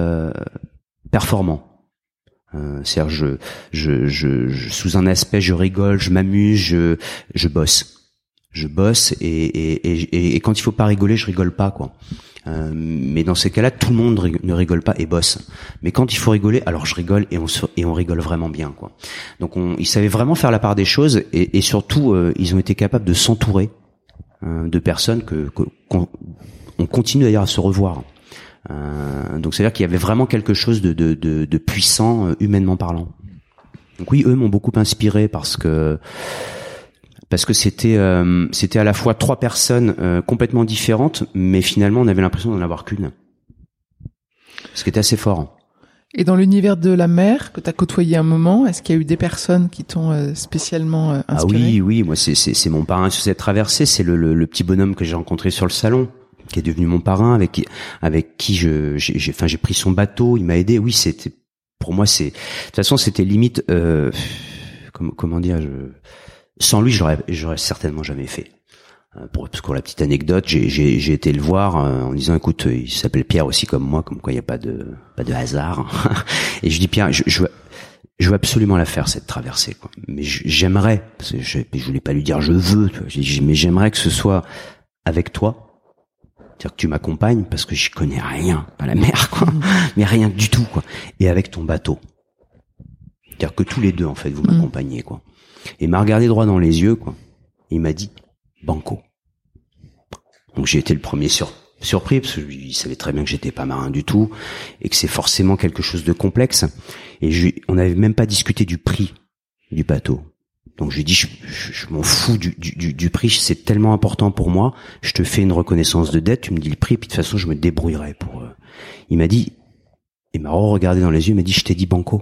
performant. C'est-à-dire je sous un aspect je rigole, je m'amuse, je bosse et quand il faut pas rigoler, je rigole pas, quoi. Mais dans ces cas-là, tout le monde ne rigole pas et bosse. Mais quand il faut rigoler, alors je rigole et on rigole vraiment bien, quoi. Donc ils savaient vraiment faire la part des choses et surtout ils ont été capables de s'entourer de personnes qu'on continue d'ailleurs à se revoir. Donc c'est-à-dire qu'il y avait vraiment quelque chose de puissant humainement parlant. Donc oui, eux m'ont beaucoup inspiré parce que c'était à la fois trois personnes complètement différentes, mais finalement on avait l'impression d'en avoir qu'une. Ce qui était assez fort. Et dans l'univers de la mer que tu as côtoyé un moment, est-ce qu'il y a eu des personnes qui t'ont spécialement inspiré? Ah oui, moi c'est mon parrain sur cette traversée, c'est le petit bonhomme que j'ai rencontré sur le salon, qui est devenu mon parrain, avec qui j'ai pris son bateau, il m'a aidé. Oui, c'était pour moi de toute façon c'était limite comment dire, sans lui, j'aurais certainement jamais fait. Parce que pour la petite anecdote, j'ai été le voir en disant, écoute, il s'appelle Pierre aussi comme moi, comme quoi il n'y a pas de hasard. Et je dis, Pierre, je veux absolument la faire, cette traversée, quoi. Mais j'aimerais, parce que je voulais pas lui dire je veux, tu vois. J'ai dit, mais j'aimerais que ce soit avec toi. C'est-à-dire que tu m'accompagnes parce que je connais rien à la mer, quoi. Mais rien du tout, quoi. Et avec ton bateau. C'est-à-dire que tous les deux, en fait, vous m'accompagnez, quoi. Et il m'a regardé droit dans les yeux, quoi. Et il m'a dit banco. Donc j'ai été le premier surpris parce qu'il savait très bien que j'étais pas marin du tout et que c'est forcément quelque chose de complexe. Et on n'avait même pas discuté du prix du bateau. Donc je lui ai dit je m'en fous du prix, c'est tellement important pour moi. Je te fais une reconnaissance de dette, tu me dis le prix, puis de toute façon je me débrouillerai pour. Il m'a dit, il m'a regardé dans les yeux, il m'a dit je t'ai dit banco.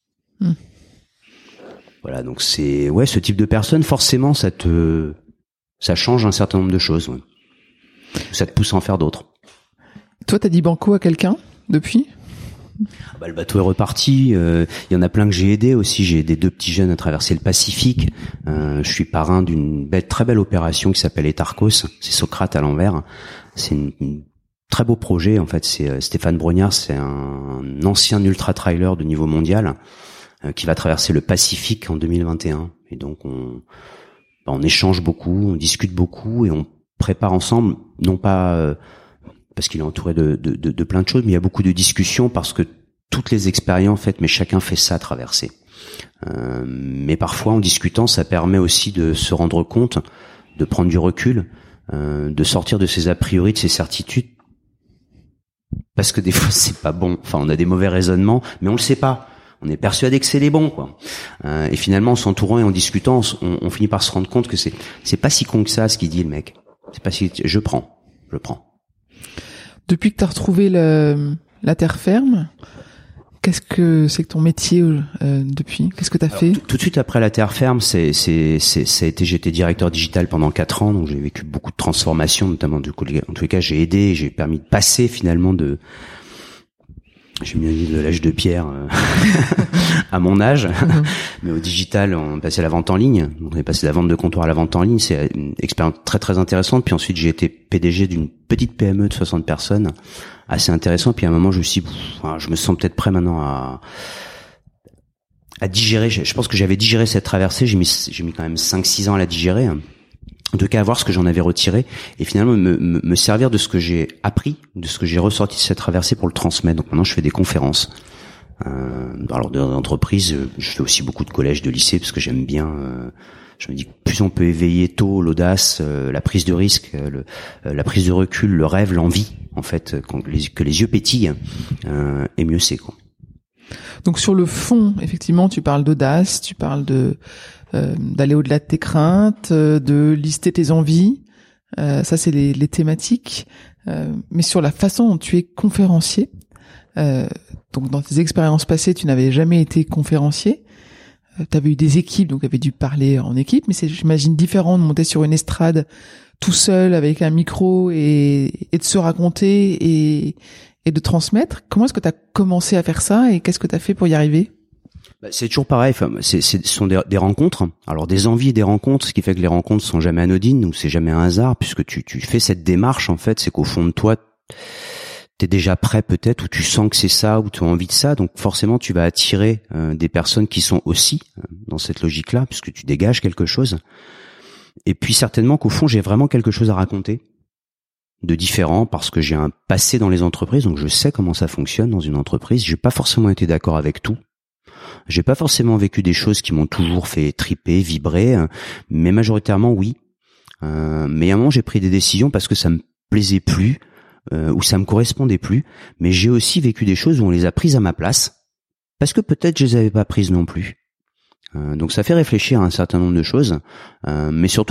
Voilà, donc c'est ce type de personne, forcément ça change un certain nombre de choses. Ouais. Ça te pousse à en faire d'autres. Toi, t'as dit banco à quelqu'un depuis? Le bateau est reparti. Il y en a plein que j'ai aidé aussi. J'ai aidé 2 petits jeunes à traverser le Pacifique. Je suis parrain d'une très belle opération qui s'appelle Etarcos. C'est Socrate à l'envers. C'est un très beau projet. En fait, c'est Stéphane Brognard, c'est un ancien ultra-trailer de niveau mondial qui va traverser le Pacifique en 2021. Et donc on échange beaucoup, on discute beaucoup et on prépare ensemble, non pas parce qu'il est entouré de plein de choses, mais il y a beaucoup de discussions parce que toutes les expériences, en fait, mais chacun fait ça traverser. Mais parfois, en discutant, ça permet aussi de se rendre compte, de prendre du recul, de sortir de ses a priori, de ses certitudes, parce que des fois, c'est pas bon. Enfin, on a des mauvais raisonnements, mais on le sait pas. On est persuadé que c'est les bons, quoi. Et finalement, en s'entourant et en discutant, on finit par se rendre compte que c'est pas si con que ça, ce qu'il dit, le mec. C'est pas si, je prends. Depuis que t'as retrouvé la terre ferme, qu'est-ce que c'est que ton métier depuis? Qu'est-ce que t'as fait? Tout de suite après la terre ferme, j'étais directeur digital pendant 4 ans, donc j'ai vécu beaucoup de transformations, notamment en tous les cas, j'ai aidé, j'ai permis de passer finalement j'ai mieux dit de l'âge de pierre à mon âge, mais au digital, on est passé à la vente en ligne. Donc on est passé de la vente de comptoir à la vente en ligne. C'est une expérience très très intéressante. Puis ensuite, j'ai été PDG d'une petite PME de 60 personnes, assez intéressant. Puis à un moment, je me suis dit, je me sens peut-être prêt maintenant à digérer. Je pense que j'avais digéré cette traversée. J'ai mis quand même 5-6 ans à la digérer. de qu'à voir ce que j'en avais retiré et finalement me servir de ce que j'ai appris, de ce que j'ai ressorti de cette traversée pour le transmettre. Donc maintenant je fais des conférences. Alors dans l'entreprise, je fais aussi beaucoup de collèges, de lycées parce que j'aime bien. Je me dis que plus on peut éveiller tôt l'audace, la prise de risque, la prise de recul, le rêve, l'envie, en fait, que les yeux pétillent, et mieux c'est quoi. Donc sur le fond, effectivement, tu parles d'audace, tu parles d'aller au-delà de tes craintes, de lister tes envies. Ça, c'est les thématiques. Mais sur la façon dont tu es conférencier, donc dans tes expériences passées, tu n'avais jamais été conférencier. Tu avais eu des équipes, donc tu avais dû parler en équipe, mais c'est, j'imagine, différent de monter sur une estrade tout seul avec un micro et de se raconter et de transmettre. Comment est-ce que tu as commencé à faire ça et qu'est-ce que tu as fait pour y arriver? C'est toujours pareil. Enfin, ce sont des rencontres. Alors des envies et des rencontres, ce qui fait que les rencontres sont jamais anodines ou c'est jamais un hasard, puisque tu fais cette démarche en fait, c'est qu'au fond de toi, t'es déjà prêt peut-être, ou tu sens que c'est ça, ou tu as envie de ça, donc forcément tu vas attirer des personnes qui sont aussi dans cette logique-là, puisque tu dégages quelque chose. Et puis certainement qu'au fond j'ai vraiment quelque chose à raconter de différent, parce que j'ai un passé dans les entreprises, donc je sais comment ça fonctionne dans une entreprise. J'ai pas forcément été d'accord avec tout. J'ai pas forcément vécu des choses qui m'ont toujours fait triper, vibrer, mais majoritairement oui. Mais à un moment j'ai pris des décisions parce que ça me plaisait plus, où ça me correspondait plus, mais j'ai aussi vécu des choses où on les a prises à ma place, parce que peut-être je les avais pas prises non plus. Donc ça fait réfléchir à un certain nombre de choses, mais surtout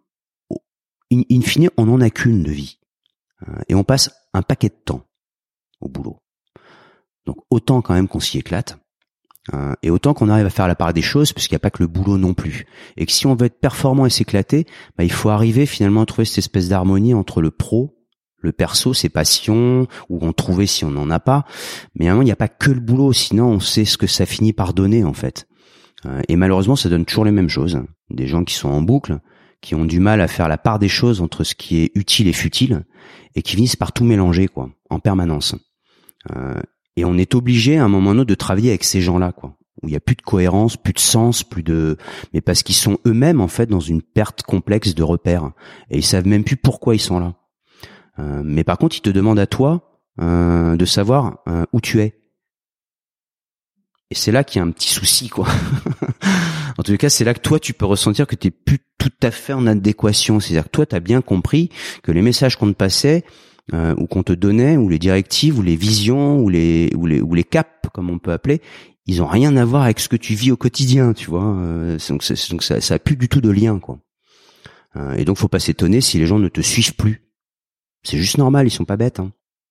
in fine, on n'en a qu'une de vie, et on passe un paquet de temps au boulot. Donc autant quand même qu'on s'y éclate, et autant qu'on arrive à faire la part des choses, parce qu'il n'y a pas que le boulot non plus. Et que si on veut être performant et s'éclater, il faut arriver finalement à trouver cette espèce d'harmonie entre le pro, le perso, ses passions, ou en trouver si on n'en a pas. Mais à un moment, il n'y a pas que le boulot, sinon on sait ce que ça finit par donner en fait. Et malheureusement, ça donne toujours les mêmes choses. Des gens qui sont en boucle, qui ont du mal à faire la part des choses entre ce qui est utile et futile, et qui finissent par tout mélanger, quoi, en permanence. Et on est obligé à un moment ou à un autre de travailler avec ces gens-là, quoi, où il n'y a plus de cohérence, plus de sens, mais parce qu'ils sont eux-mêmes en fait dans une perte complexe de repères, et ils savent même plus pourquoi ils sont là. Mais par contre, ils te demandent à toi de savoir où tu es. Et c'est là qu'il y a un petit souci, quoi. En tout cas, c'est là que toi, tu peux ressentir que tu n'es plus tout à fait en adéquation. C'est-à-dire que toi, tu as bien compris que les messages qu'on te passait, ou qu'on te donnait, ou les directives, ou les visions, ou les caps, comme on peut appeler, ils ont rien à voir avec ce que tu vis au quotidien, tu vois. Donc ça a plus du tout de lien, quoi. Et donc, faut pas s'étonner si les gens ne te suivent plus. C'est juste normal, ils sont pas bêtes, hein.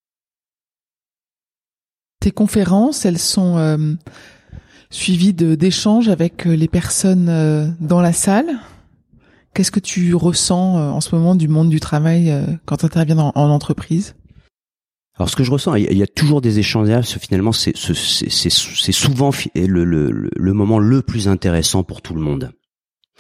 Tes conférences, elles sont suivies d'échanges avec les personnes dans la salle. Qu'est-ce que tu ressens en ce moment du monde du travail quand tu interviens en entreprise? Alors ce que je ressens, il y a toujours des échanges, parce que finalement c'est souvent le moment le plus intéressant pour tout le monde. Pourquoi ?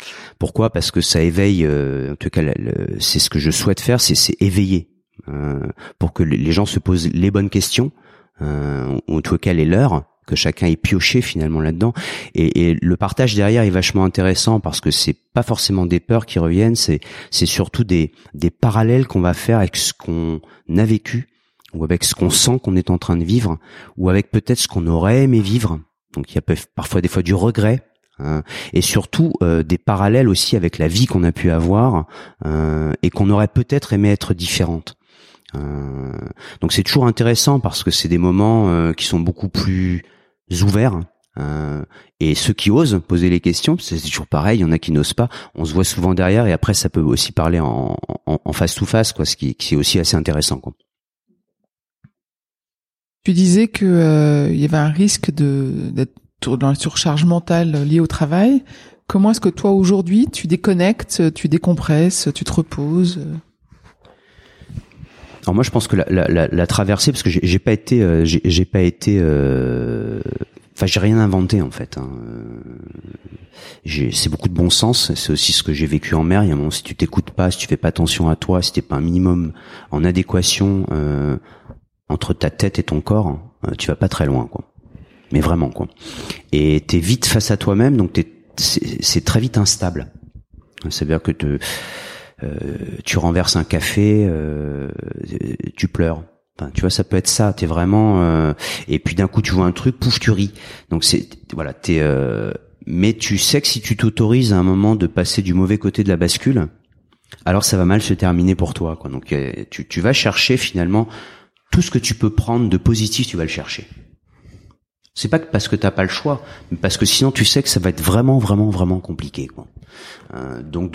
Parce que ça éveille, en tout cas c'est ce que je souhaite faire, c'est éveiller, pour que les gens se posent les bonnes questions, ou en tout cas les leurs, que chacun ait pioché finalement là-dedans, et le partage derrière est vachement intéressant parce que c'est pas forcément des peurs qui reviennent, c'est surtout des parallèles qu'on va faire avec ce qu'on a vécu, ou avec ce qu'on sent qu'on est en train de vivre, ou avec peut-être ce qu'on aurait aimé vivre. Donc il y a parfois des fois du regret, et surtout des parallèles aussi avec la vie qu'on a pu avoir, et qu'on aurait peut-être aimé être différente. Donc c'est toujours intéressant parce que c'est des moments qui sont beaucoup plus ouverts, et ceux qui osent poser les questions, c'est toujours pareil, il y en a qui n'osent pas, on se voit souvent derrière, et après ça peut aussi parler en face to face, quoi, ce qui est aussi assez intéressant, quoi. Tu disais que il y avait un risque d'être dans la surcharge mentale liée au travail. Comment est-ce que toi aujourd'hui tu déconnectes, tu décompresses, tu te reposes? Alors moi je pense que la traversée, parce que j'ai pas été enfin j'ai rien inventé en fait, hein. C'est beaucoup de bon sens, c'est aussi ce que j'ai vécu en mer. Il y a un moment, si tu t'écoutes pas, si tu fais pas attention à toi, si t'es pas un minimum en adéquation entre ta tête et ton corps, tu vas pas très loin, quoi. Mais vraiment, quoi. Et t'es vite face à toi-même, donc c'est très vite instable. Ça veut dire que tu renverses un café, tu pleures. Enfin, tu vois, ça peut être ça. T'es vraiment et puis d'un coup tu vois un truc, pouf, tu ris. Donc mais tu sais que si tu t'autorises à un moment de passer du mauvais côté de la bascule, alors ça va mal se terminer pour toi, quoi. Donc tu vas chercher finalement tout ce que tu peux prendre de positif, tu vas le chercher. C'est pas parce que t'as pas le choix, mais parce que sinon tu sais que ça va être vraiment, vraiment, vraiment compliqué, quoi. Donc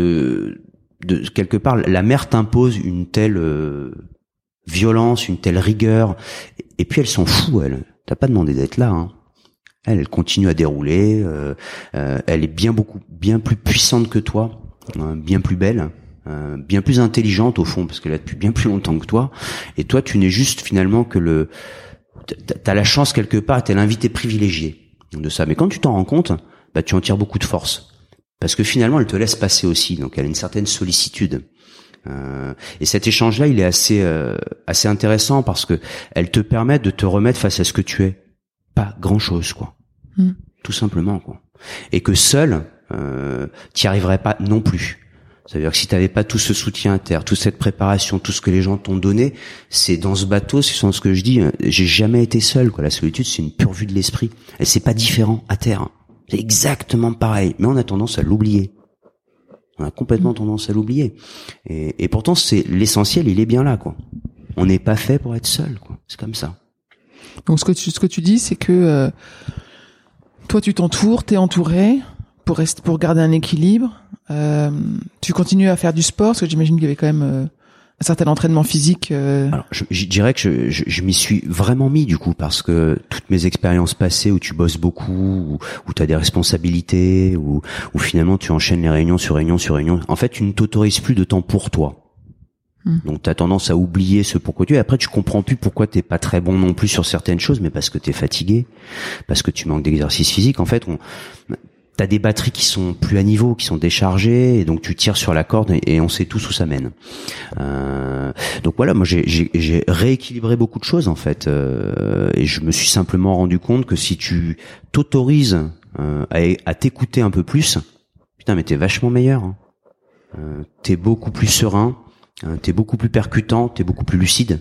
quelque part, la mère t'impose une telle violence, une telle rigueur, et puis elle s'en fout, elle. T'as pas demandé d'être là, hein. Elle continue à dérouler. Elle est bien plus puissante que toi, bien plus belle, bien plus intelligente au fond, parce qu'elle est là depuis bien plus longtemps que toi. Et toi, tu n'es juste finalement que t'as la chance quelque part, t'es l'invité privilégié de ça. Mais quand tu t'en rends compte, bah tu en tires beaucoup de force, parce que finalement, elle te laisse passer aussi. Donc, elle a une certaine sollicitude. Et cet échange-là, il est assez intéressant parce que elle te permet de te remettre face à ce que tu es. Pas grand-chose, quoi. Tout simplement, quoi. Et que seul, t'y arriverais pas non plus. Ça veut dire que si t'avais pas tout ce soutien à terre, toute cette préparation, tout ce que les gens t'ont donné, c'est dans ce bateau, c'est dans ce que je dis, j'ai jamais été seul, quoi. La solitude, c'est une pure vue de l'esprit. Et c'est pas différent à terre. C'est exactement pareil. Mais on a tendance à l'oublier. On a complètement tendance à l'oublier. Et pourtant, c'est l'essentiel, il est bien là, quoi. On n'est pas fait pour être seul, quoi. C'est comme ça. Donc ce que tu dis, c'est que toi tu t'entoures, t'es entouré pour garder un équilibre. Tu continues à faire du sport, parce que j'imagine qu'il y avait quand même un certain entraînement physique. Alors, je dirais que je m'y suis vraiment mis du coup, parce que toutes mes expériences passées où tu bosses beaucoup, où tu as des responsabilités, où finalement tu enchaînes les réunions sur réunions sur réunions, en fait tu ne t'autorises plus de temps pour toi. Donc t'as tendance à oublier ce pourquoi tu es. Après tu comprends plus pourquoi t'es pas très bon non plus sur certaines choses, mais parce que t'es fatigué, parce que tu manques d'exercice physique. En fait, t'as des batteries qui sont plus à niveau, qui sont déchargées, et donc tu tires sur la corde et on sait tous où ça mène. Donc voilà, moi j'ai rééquilibré beaucoup de choses en fait, et je me suis simplement rendu compte que si tu t'autorises à t'écouter un peu plus, putain mais t'es vachement meilleur. Hein. T'es beaucoup plus serein. T'es beaucoup plus percutant, t'es beaucoup plus lucide.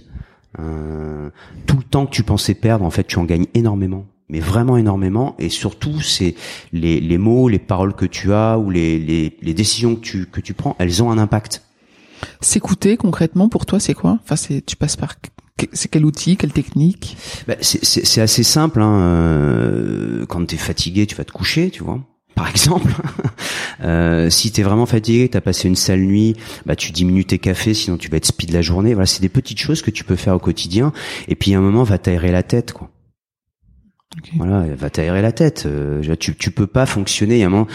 Tout le temps que tu pensais perdre, en fait, tu en gagnes énormément, mais vraiment énormément. Et surtout, c'est les mots, les paroles que tu as ou les décisions que tu prends, elles ont un impact. S'écouter concrètement pour toi, c'est quoi ? Enfin, tu passes par c'est quel outil, quelle technique ? C'est assez simple. Hein. Quand t'es fatigué, tu vas te coucher, tu vois. Par exemple, si t'es vraiment fatigué, t'as passé une sale nuit, bah tu diminues tes cafés, sinon tu vas être speed la journée. Voilà, c'est des petites choses que tu peux faire au quotidien. Et puis à un moment, va t'aérer la tête, quoi. Okay. Voilà, va t'aérer la tête. Tu peux pas fonctionner. Il y a un moment,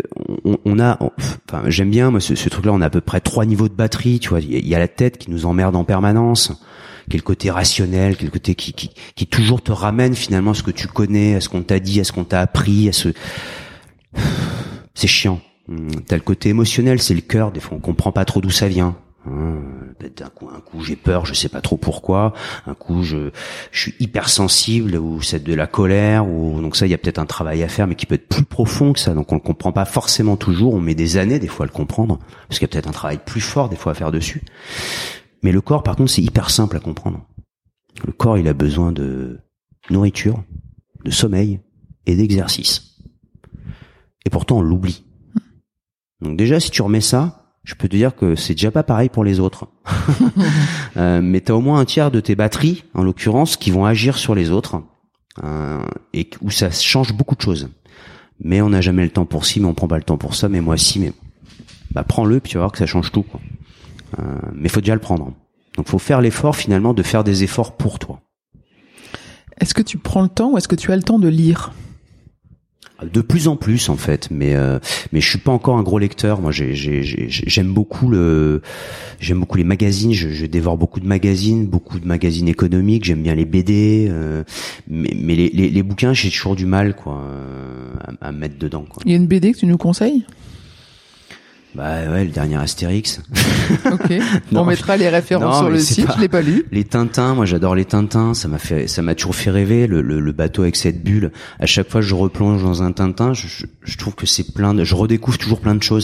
j'aime bien moi ce truc-là. On a à peu près 3 niveaux de batterie. Tu vois, il y a la tête qui nous emmerde en permanence, qui est le côté rationnel, qui est le côté qui toujours te ramène finalement à ce que tu connais, à ce qu'on t'a dit, à ce qu'on t'a appris, c'est chiant. T'as le côté émotionnel, c'est le cœur. Des fois, on comprend pas trop d'où ça vient. Un coup, j'ai peur, je sais pas trop pourquoi. Un coup, je suis hypersensible, ou c'est de la colère, ou donc ça, il y a peut-être un travail à faire, mais qui peut être plus profond que ça. Donc, on le comprend pas forcément toujours. On met des années, des fois, à le comprendre, parce qu'il y a peut-être un travail plus fort, des fois, à faire dessus. Mais le corps, par contre, c'est hyper simple à comprendre. Le corps, il a besoin de nourriture, de sommeil et d'exercice. Et pourtant, on l'oublie. Donc déjà, si tu remets ça, je peux te dire que c'est déjà pas pareil pour les autres. Mais t'as au moins un tiers de tes batteries, en l'occurrence, qui vont agir sur les autres, et où ça change beaucoup de choses. Mais on n'a jamais le temps pour ci, mais on prend pas le temps pour ça, mais moi si, mais prends-le, puis tu vas voir que ça change tout, quoi. Mais faut déjà le prendre. Donc faut faire l'effort finalement de faire des efforts pour toi. Est-ce que tu prends le temps ou est-ce que tu as le temps de lire ? De plus en plus en fait, mais je suis pas encore un gros lecteur. Moi, j'aime beaucoup les magazines. Je dévore beaucoup de magazines économiques. J'aime bien les BD, mais les bouquins, j'ai toujours du mal à me mettre dedans, quoi. Il y a une BD que tu nous conseilles ? Bah ouais, le dernier Astérix. Ok. On mettra les références sur le site. Je l'ai pas lu. Les Tintins, moi j'adore les Tintins. Ça m'a toujours fait rêver. Le bateau avec cette bulle. À chaque fois que je replonge dans un Tintin, je trouve que c'est je redécouvre toujours plein de choses.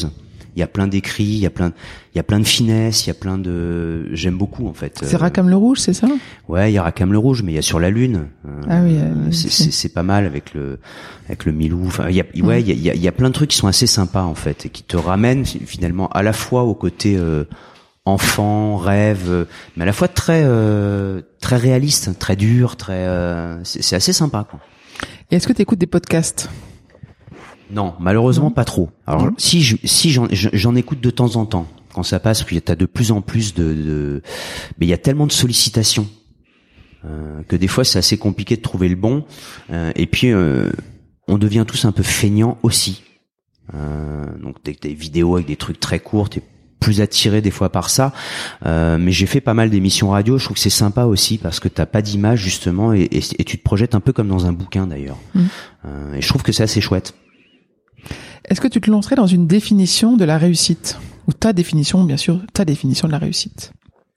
il y a plein d'écrits, il y a plein de finesses, il y a plein de, j'aime beaucoup en fait. C'est Rackham le Rouge, c'est ça? Ouais, il y a Rackham le Rouge, mais il y a Sur la Lune. Ah oui. C'est pas mal avec le Milou. Enfin, il y a plein de trucs qui sont assez sympas en fait et qui te ramènent finalement à la fois au côté enfant, rêve, mais à la fois très réaliste, très dur, c'est assez sympa quoi. Et est-ce que tu écoutes des podcasts? Non, malheureusement pas trop. Alors si j'en écoute de temps en temps quand ça passe, puis t'as de plus en plus mais il y a tellement de sollicitations que des fois c'est assez compliqué de trouver le bon. Et puis on devient tous un peu feignants aussi. Donc des vidéos avec des trucs très courts, t'es plus attiré des fois par ça. Mais j'ai fait pas mal d'émissions radio. Je trouve que c'est sympa aussi parce que t'as pas d'image justement et tu te projettes un peu comme dans un bouquin d'ailleurs. Et je trouve que c'est assez chouette. Est-ce que tu te lancerais dans une définition de la réussite? Ou ta définition, bien sûr, ta définition de la réussite?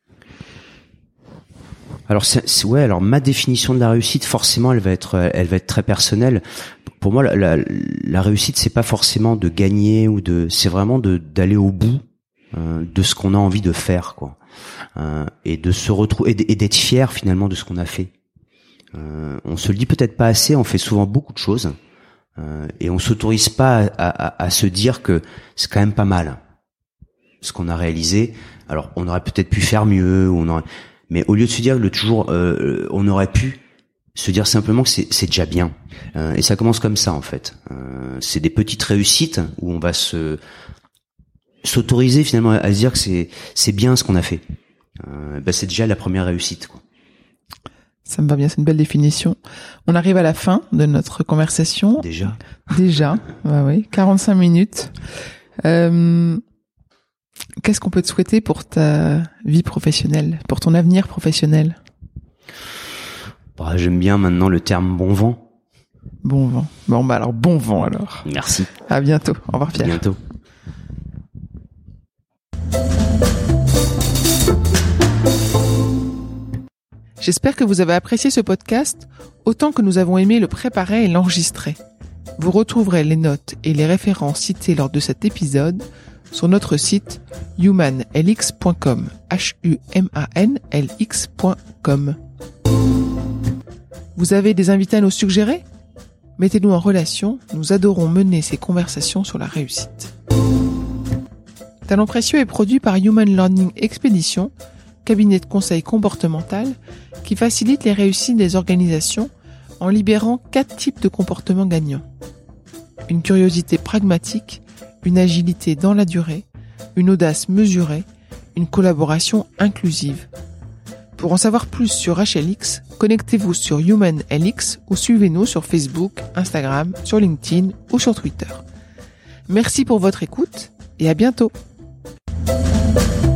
Alors alors ma définition de la réussite, forcément, elle va être très personnelle. Pour moi, la réussite, c'est pas forcément de gagner c'est vraiment d'aller au bout de ce qu'on a envie de faire, quoi. Et de se retrouver et d'être fier finalement de ce qu'on a fait. On se le dit peut-être pas assez. On fait souvent beaucoup de choses. Et on s'autorise pas à se dire que c'est quand même pas mal ce qu'on a réalisé. Alors on aurait peut-être pu faire mieux, mais au lieu de se dire on aurait pu se dire simplement que c'est déjà bien. Et ça commence comme ça en fait. C'est des petites réussites où on va s'autoriser finalement à se dire que c'est bien ce qu'on a fait. C'est déjà la première réussite, quoi. Ça me va bien, c'est une belle définition. On arrive à la fin de notre conversation. Déjà, bah oui, 45 minutes. Qu'est-ce qu'on peut te souhaiter pour ta vie professionnelle, pour ton avenir professionnel? J'aime bien maintenant le terme bon vent. Bon vent. Bon alors bon vent alors. Merci. À bientôt. Au revoir Pierre. À bientôt. J'espère que vous avez apprécié ce podcast autant que nous avons aimé le préparer et l'enregistrer. Vous retrouverez les notes et les références citées lors de cet épisode sur notre site humanlx.com. humanlx.com. Vous avez des invités à nous suggérer? Mettez-nous en relation, nous adorons mener ces conversations sur la réussite. Talent précieux est produit par Human Learning Expedition, cabinet de conseil comportemental qui facilite les réussites des organisations en libérant 4 types de comportements gagnants. Une curiosité pragmatique, une agilité dans la durée, une audace mesurée, une collaboration inclusive. Pour en savoir plus sur HLX, connectez-vous sur HumanLX ou suivez-nous sur Facebook, Instagram, sur LinkedIn ou sur Twitter. Merci pour votre écoute et à bientôt.